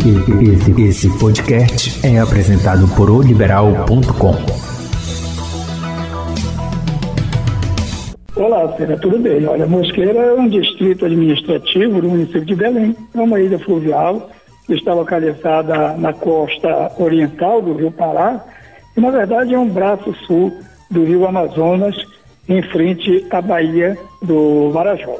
Esse podcast é apresentado por oliberal.com. Olá, Cera, tudo bem? Olha, Mosqueira é um distrito administrativo do município de Belém. É uma ilha fluvial que está localizada na costa oriental do Rio Pará e, na verdade, é um braço sul do Rio Amazonas, em frente à Baía do Marajó.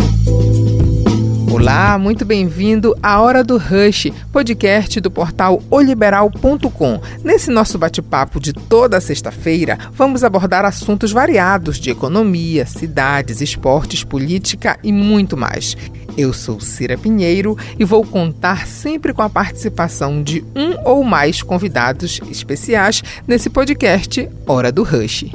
Olá, muito bem-vindo à Hora do Rush, podcast do portal oliberal.com. Nesse nosso bate-papo de toda sexta-feira, vamos abordar assuntos variados de economia, cidades, esportes, política e muito mais. Eu sou Cira Pinheiro e vou contar sempre com a participação de um ou mais convidados especiais nesse podcast Hora do Rush.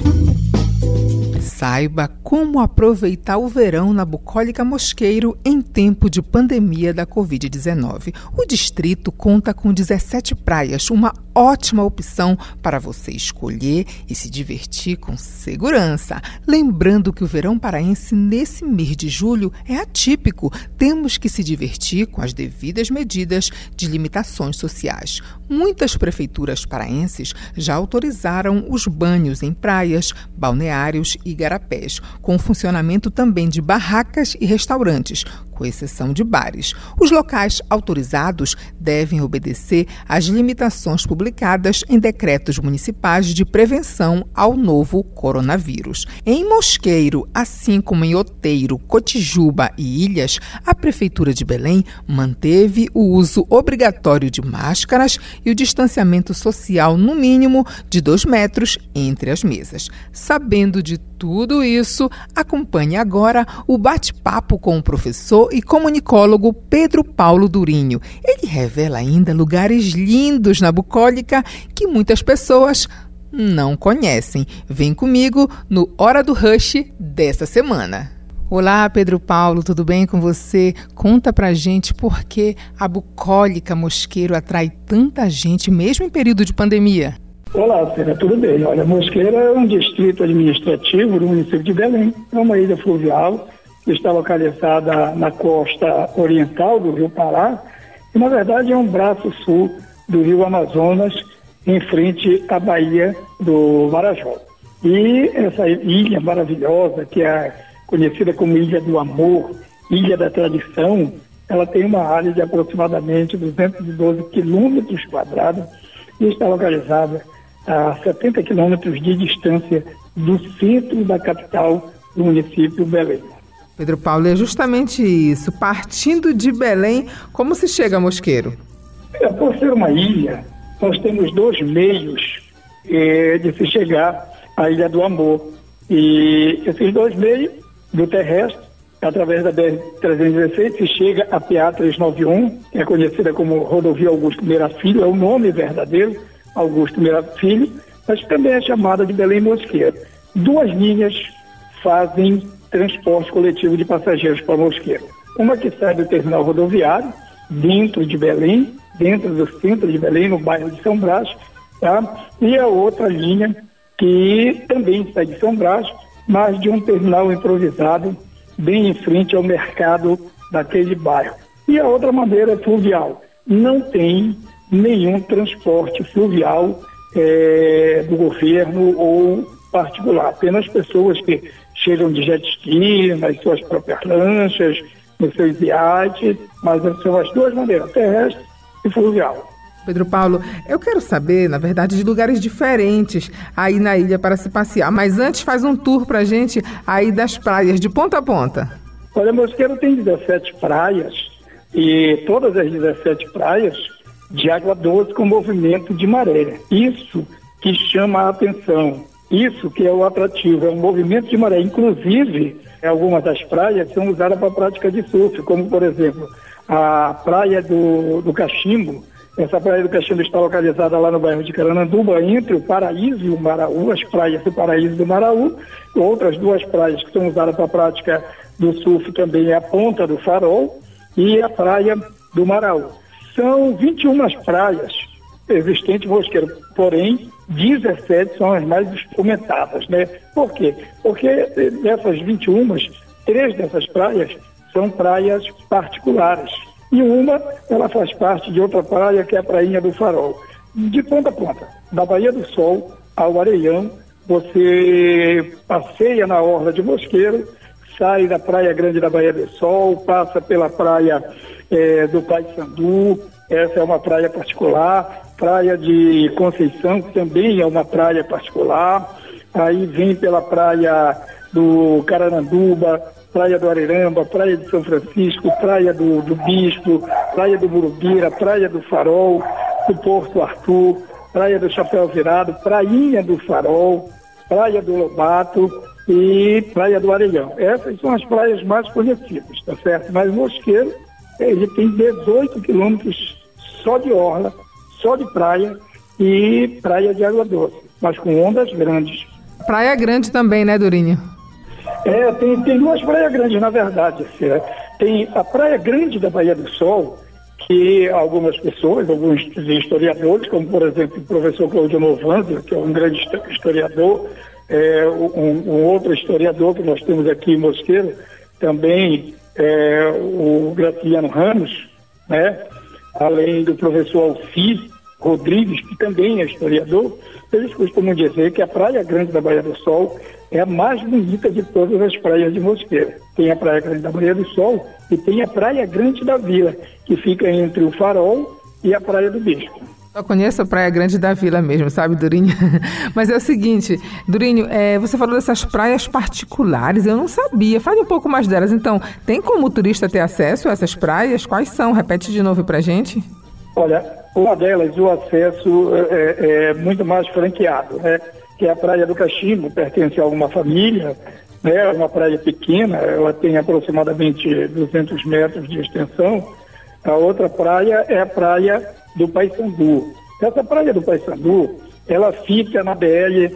Saiba como aproveitar o verão na Bucólica Mosqueiro em tempo de pandemia da Covid-19. O distrito conta com 17 praias, uma ótima opção para você escolher e se divertir com segurança. Lembrando que o verão paraense nesse mês de julho é atípico. Temos que se divertir com as devidas medidas de limitações sociais. Muitas prefeituras paraenses já autorizaram os banhos em praias, balneários e igarapés, com o funcionamento também de barracas e restaurantes, com exceção de bares. Os locais autorizados devem obedecer às limitações publicadas em decretos municipais de prevenção ao novo coronavírus. Em Mosqueiro, assim como em Outeiro, Cotijuba e Ilhas, a Prefeitura de Belém manteve o uso obrigatório de máscaras e o distanciamento social no mínimo de 2 metros entre as mesas. Sabendo de tudo isso, acompanhe agora o bate-papo com o professor e comunicólogo Pedro Paulo Durinho. Ele revela ainda lugares lindos na Bucólica que muitas pessoas não conhecem. Vem comigo no Hora do Rush dessa semana. Olá, Pedro Paulo, tudo bem com você? Conta pra gente por que a Bucólica Mosqueiro atrai tanta gente, mesmo em período de pandemia. Olá, Cera, tudo bem? Olha, Mosqueira é um distrito administrativo do município de Belém. É uma ilha fluvial que está localizada na costa oriental do Rio Pará e, na verdade, é um braço sul do Rio Amazonas, em frente à Baía do Marajó. E essa ilha maravilhosa, que é conhecida como Ilha do Amor, Ilha da Tradição, ela tem uma área de aproximadamente 212 quilômetros quadrados e está localizada a 70 quilômetros de distância do centro da capital do município Belém. Pedro Paulo, é justamente isso. Partindo de Belém, como se chega a Mosqueiro? Por ser uma ilha, nós temos 2 meios de se chegar à Ilha do Amor. E esses 2 meios, do terrestre, através da BR-316, se chega a PA 391, que é conhecida como Rodovia Augusto Meira Filho, é o nome verdadeiro, Augusto Meira Filho, mas também é chamada de Belém Mosqueiro. 2 linhas fazem transporte coletivo de passageiros para Mosqueiro. Uma que sai do terminal rodoviário, dentro de Belém, dentro do centro de Belém, no bairro de São Brás, tá? E a outra linha que também sai de São Brás, mas de um terminal improvisado, bem em frente ao mercado daquele bairro. E a outra maneira é fluvial. Não tem nenhum transporte fluvial do governo ou particular. Apenas pessoas que chegam de jet ski, nas suas próprias lanchas, nos seus iates, mas são as 2 maneiras, terrestre e fluvial. Pedro Paulo, eu quero saber, na verdade, de lugares diferentes aí na ilha para se passear. Mas antes, faz um tour pra gente aí das praias, de ponta a ponta. Olha, Mosqueiro tem 17 praias e todas as 17 praias de água doce com movimento de maré. Isso que chama a atenção, isso que é o atrativo, é um movimento de maré. Inclusive, algumas das praias são usadas para a prática de surf, como, por exemplo, a praia do Cachimbo. Essa praia do Cachimbo está localizada lá no bairro de Carananduba, entre o Paraíso e o Maraú, as praias do Paraíso e do Maraú. Outras 2 praias que são usadas para a prática do surf também é a Ponta do Farol e a praia do Maraú. São 21 praias existentes em Mosqueiro, porém 17 são as mais fomentadas, né? Por quê? Porque dessas 21, 3 dessas praias são praias particulares. E uma, ela faz parte de outra praia, que é a Prainha do Farol. De ponta a ponta, da Baía do Sol ao Areião, você passeia na orla de Mosqueiro, sai da Praia Grande da Baía do Sol, passa pela praia do Paissandu, essa é uma praia particular, praia de Conceição, que também é uma praia particular, aí vem pela praia do Carananduba, praia do Ariramba, praia de São Francisco, praia do Bispo, praia do Murubira, praia do Farol, do Porto Arthur, praia do Chapéu Virado, prainha do Farol, praia do Lobato e praia do Areião. Essas são as praias mais conhecidas, tá certo? Mas Mosqueiro, ele tem 18 quilômetros só de orla, só de praia e praia de água doce, mas com ondas grandes. Praia Grande também, né, Durinho? Tem duas praias grandes, na verdade. Tem a Praia Grande da Baía do Sol, que algumas pessoas, alguns historiadores, como por exemplo o professor Cláudio Novanzio, que é um grande historiador, um outro historiador que nós temos aqui em Mosqueiro, também o Graciano Ramos, né? Além do professor Alci Rodrigues, que também é historiador, eles costumam dizer que a Praia Grande da Baía do Sol é a mais bonita de todas as praias de Mosqueiro. Tem a Praia Grande da Baía do Sol e tem a Praia Grande da Vila, que fica entre o Farol e a Praia do Bispo. Só conheço a Praia Grande da Vila mesmo, sabe, Durinho? Mas é o seguinte, Durinho, você falou dessas praias particulares, eu não sabia. Fale um pouco mais delas. Então, tem como o turista ter acesso a essas praias? Quais são? Repete de novo pra gente. Olha, uma delas, o acesso é muito mais franqueado, né? Que é a Praia do Cachimbo, pertence a uma família, né? É uma praia pequena, ela tem aproximadamente 200 metros de extensão. A outra praia é a Praia do Paissandu. Essa Praia do Paissandu, ela fica na BL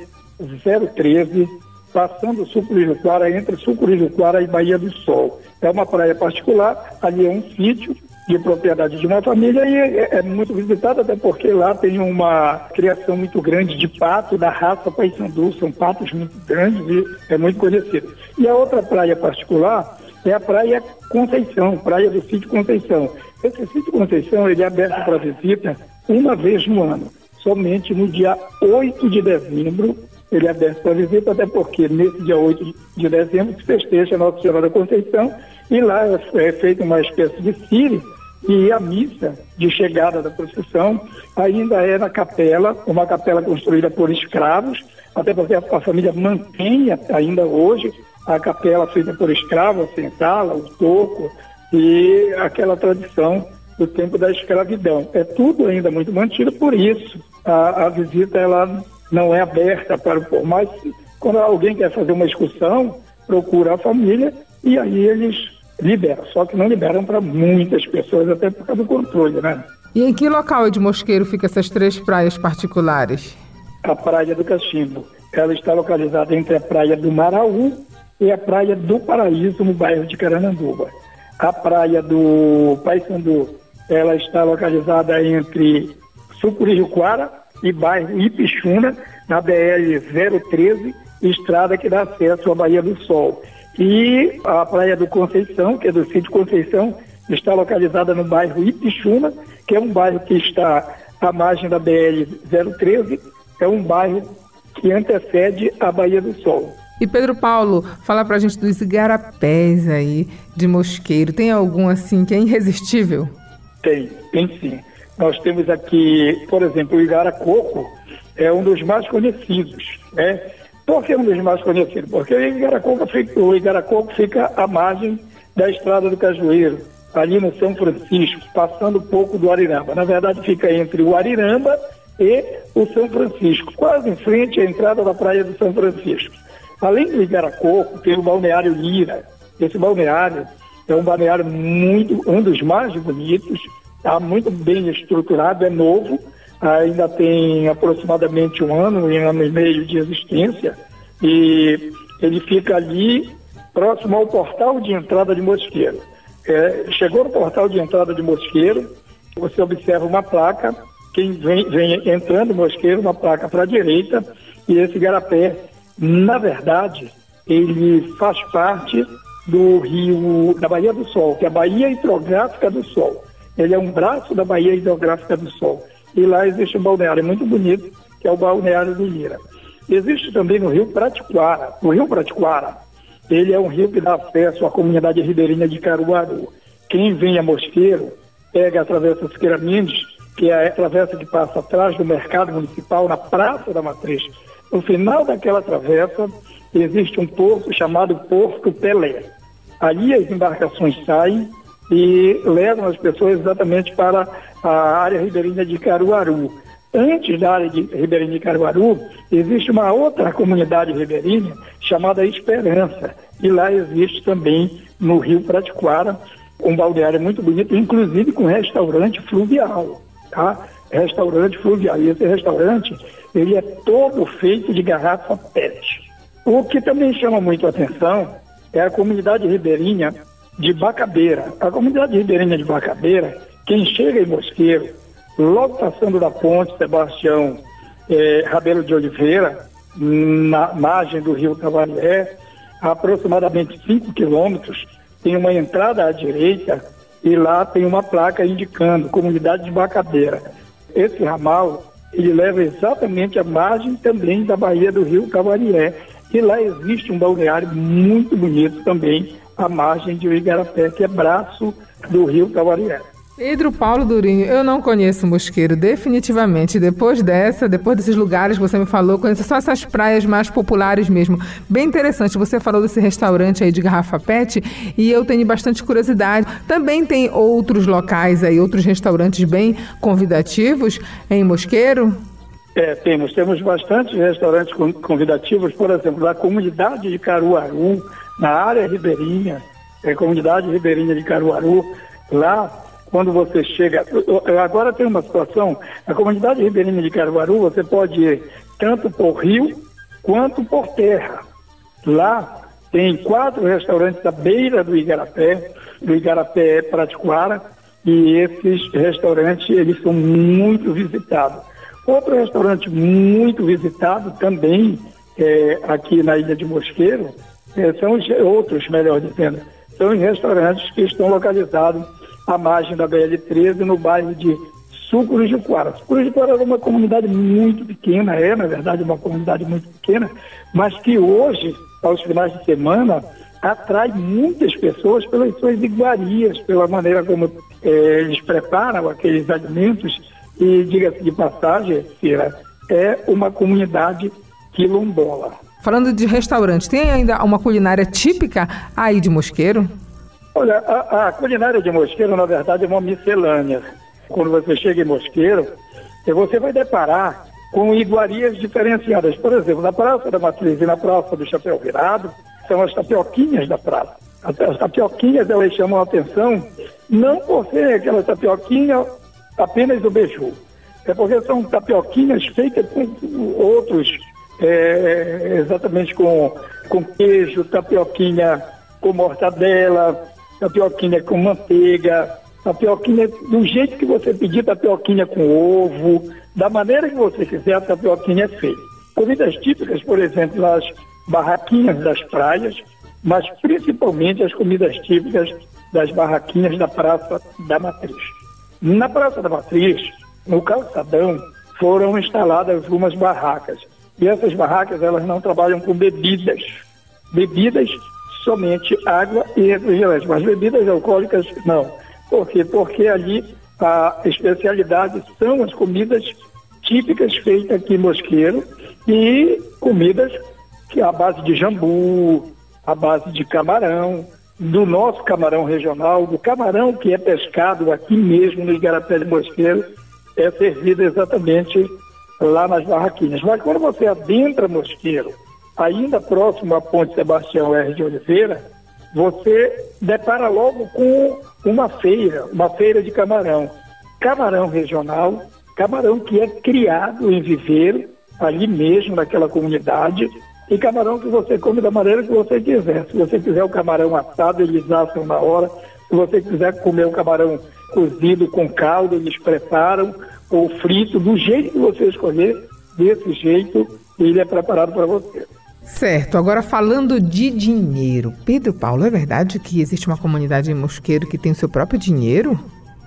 013, passando Sucurijuquara, entre Sucurijuquara e Baía do Sol. É uma praia particular, ali é um sítio de propriedade de uma família e é muito visitada, até porque lá tem uma criação muito grande de pato da raça Paissandu, são patos muito grandes e é muito conhecido. E a outra praia particular é a Praia Conceição, praia do Sítio Conceição. Esse Sítio Conceição, ele é aberto para visita uma vez no ano, somente no dia 8 de dezembro, ele é aberto para visita, até porque nesse dia 8 de dezembro se festeja a Nossa Senhora da Conceição e lá é feita uma espécie de círio e a missa de chegada da procissão ainda é na capela, uma capela construída por escravos, até porque a família mantém ainda hoje a capela feita por escravos, a senzala, o toco e aquela tradição do tempo da escravidão. É tudo ainda muito mantido, por isso a visita ela não é aberta para o povo, mas quando alguém quer fazer uma excursão, procura a família e aí eles liberam, só que não liberam para muitas pessoas, até por causa do controle, né? E em que local de Mosqueiro ficam essas três praias particulares? A Praia do Cachimbo, ela está localizada entre a Praia do Maraú e a Praia do Paraíso, no bairro de Carananduba. A Praia do Paissandu, ela está localizada entre Sucurijuquara e bairro Ipixuna, na BL 013, estrada que dá acesso à Baía do Sol. E a Praia do Conceição, que é do Sítio Conceição, está localizada no bairro Ipixuna, que é um bairro que está à margem da BL 013, é um bairro que antecede a Baía do Sol. E Pedro Paulo, fala pra gente dos igarapés aí de Mosqueiro. Tem algum assim que é irresistível? Tem sim. Nós temos aqui, por exemplo, o Igaracoco, é um dos mais conhecidos, né? Por que um dos mais conhecidos? Porque o Igaracoco fica à margem da Estrada do Cajueiro, ali no São Francisco, passando um pouco do Ariramba. Na verdade, fica entre o Ariramba e o São Francisco, quase em frente à entrada da Praia do São Francisco. Além do Igaracoco, tem o Balneário Lira. Esse balneário é um balneário um dos mais bonitos, está muito bem estruturado, é novo, ainda tem aproximadamente um ano e meio de existência, e ele fica ali próximo ao portal de entrada de Mosqueiro. Chegou no portal de entrada de Mosqueiro, você observa uma placa, quem vem entrando em Mosqueiro, uma placa para a direita, e esse igarapé, na verdade, ele faz parte do rio, da Baía do Sol, que é a Baía Hidrográfica do Sol. ele é um braço da Baía Hidrográfica do Sol. E lá existe um balneário muito bonito, que é o balneário do Lira. Existe também no Rio Pratiquara. O Rio Pratiquara, ele é um rio que dá acesso à comunidade ribeirinha de Caruaru. Quem vem a Mosqueiro, pega a Travessa Siqueira Mendes, que é a travessa que passa atrás do mercado municipal, na Praça da Matriz. No final daquela travessa, existe um porto chamado Porto Pelé. Ali as embarcações saem e levam as pessoas exatamente para a área ribeirinha de Caruaru. Antes da área ribeirinha de Caruaru, existe uma outra comunidade ribeirinha chamada Esperança. E lá existe também, no Rio Pratiquara, um balneário muito bonito, inclusive com restaurante fluvial. Tá? Restaurante fluvial. E esse restaurante, ele é todo feito de garrafa PET. O que também chama muito a atenção é a comunidade ribeirinha de Bacabeira. A comunidade ribeirinha de Bacabeira, quem chega em Mosqueiro, logo passando da ponte Sebastião Rabelo de Oliveira, na margem do rio Cavalié, a aproximadamente 5 quilômetros, tem uma entrada à direita e lá tem uma placa indicando Comunidade de Bacabeira. Esse ramal, ele leva exatamente à margem também da Baía do rio Cavalié. E lá existe um balneário muito bonito também, à margem de Igarapé, que é braço do rio Cavalié. Pedro Paulo Durinho, eu não conheço Mosqueiro, definitivamente. Depois desses lugares que você me falou, conheço só essas praias mais populares mesmo. Bem interessante, você falou desse restaurante aí de garrafa PET e eu tenho bastante curiosidade. Também tem outros locais aí, outros restaurantes bem convidativos em Mosqueiro? Temos bastante restaurantes convidativos, por exemplo, na comunidade de Caruaru, na área ribeirinha, comunidade ribeirinha de Caruaru, lá, quando você chega... Agora tem uma situação, na comunidade ribeirinha de Caruaru, você pode ir tanto por rio quanto por terra. Lá tem 4 restaurantes à beira do Igarapé Pratiquara, e esses restaurantes, eles são muito visitados. Outro restaurante muito visitado também aqui na Ilha de Mosqueiro, são os outros, melhor dizendo, são os restaurantes que estão localizados à margem da BL-13, no bairro de Sucurijuquara. Sucurijuquara é uma comunidade muito pequena, na verdade uma comunidade muito pequena, mas que hoje, aos finais de semana, atrai muitas pessoas pelas suas iguarias, pela maneira como eles preparam aqueles alimentos. E, diga-se de passagem, Cira, é uma comunidade quilombola. Falando de restaurante, tem ainda uma culinária típica aí de Mosqueiro? Olha, a culinária de Mosqueiro, na verdade, é uma miscelânea. Quando você chega em Mosqueiro, você vai deparar com iguarias diferenciadas. Por exemplo, na Praça da Matriz e na Praça do Chapéu Virado, são as tapioquinhas da praça. As tapioquinhas, elas chamam a atenção, não por ser aquelas tapioquinhas apenas do beiju. É porque são tapioquinhas feitas com outros, exatamente com queijo, tapioquinha com mortadela, tapioquinha com manteiga, tapioquinha do jeito que você pedir, tapioquinha com ovo, da maneira que você quiser, a tapioquinha é feita. Comidas típicas, por exemplo, nas barraquinhas das praias, mas principalmente as comidas típicas das barraquinhas da Praça da Matriz. Na Praça da Matriz, no calçadão, foram instaladas algumas barracas. E essas barracas, elas não trabalham com bebidas. Bebidas, somente água e refrigerante. Mas bebidas alcoólicas, não. Por quê? Porque ali a especialidade são as comidas típicas feitas aqui em Mosqueiro e comidas que à base de jambu, à base de camarão, do nosso camarão regional, do camarão que é pescado aqui mesmo no Igarapé de Mosqueiro, é servido exatamente lá nas barraquinhas. Mas quando você adentra Mosqueiro, ainda próximo à Ponte Sebastião R. de Oliveira, você depara logo com uma feira de camarão. Camarão regional, camarão que é criado em viveiro, ali mesmo naquela comunidade, e camarão que você come da maneira que você quiser. Se você quiser o camarão assado, eles assam na hora. Se você quiser comer o camarão cozido com caldo, eles preparam, ou frito, do jeito que você escolher, desse jeito, ele é preparado para você. Certo. Agora, falando de dinheiro, Pedro Paulo, é verdade que existe uma comunidade em Mosqueiro que tem o seu próprio dinheiro?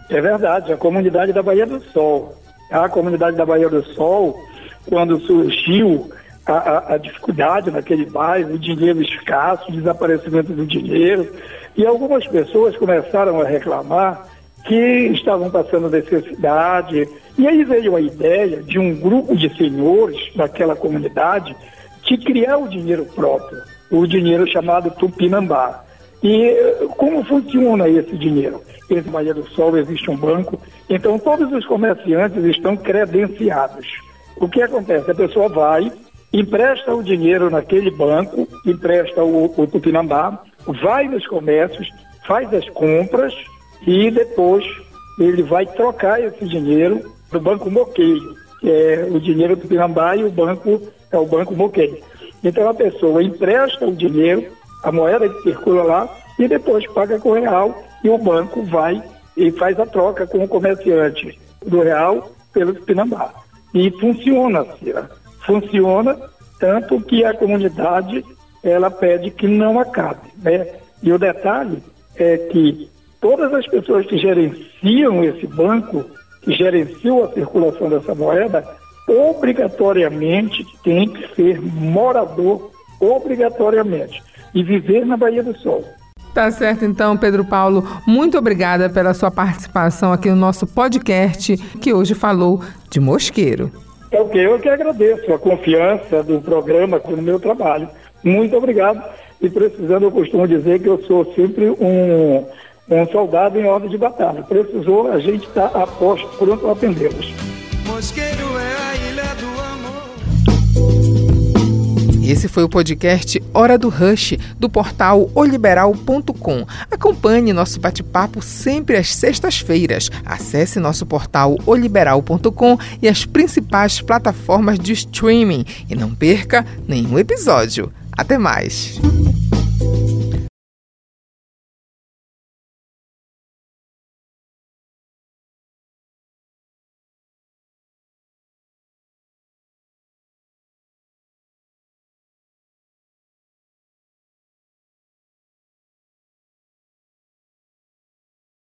É verdade, a comunidade da Baía do Sol. A comunidade da Baía do Sol, quando surgiu a dificuldade naquele bairro, o dinheiro escasso, o desaparecimento do dinheiro, e algumas pessoas começaram a reclamar que estavam passando necessidade. E aí veio a ideia de um grupo de senhores daquela comunidade de criar o dinheiro próprio, o dinheiro chamado Tupinambá. E como funciona esse dinheiro? Em Baía do Sol existe um banco, então todos os comerciantes estão credenciados. O que acontece? A pessoa vai, empresta o dinheiro naquele banco, empresta o Tupinambá, vai nos comércios, faz as compras e depois ele vai trocar esse dinheiro do Banco Moqueiro, que é o dinheiro do Tupinambá, e o banco é o Banco Moqueiro. Então a pessoa empresta o dinheiro, a moeda que circula lá, e depois paga com o real, e o banco vai e faz a troca com o comerciante do real pelo Tupinambá. E funciona, Cira. Funciona tanto que a comunidade ela pede que não acabe, né? E o detalhe é que todas as pessoas que gerenciam esse banco, que gerenciam a circulação dessa moeda, obrigatoriamente tem que ser morador, obrigatoriamente, e viver na Baía do Sol. Tá certo, então, Pedro Paulo, muito obrigada pela sua participação aqui no nosso podcast, que hoje falou de Mosqueiro. É o que eu que agradeço a confiança do programa no meu trabalho. Muito obrigado. E precisando, eu costumo dizer que eu sou sempre um soldado em ordem de batalha. Precisou, a gente está a posto, pronto a atendê-los. Mosqueiro é a ilha do amor. Esse foi o podcast Hora do Rush, do portal oliberal.com. Acompanhe nosso bate-papo sempre às sextas-feiras. Acesse nosso portal oliberal.com e as principais plataformas de streaming. E não perca nenhum episódio. Até mais!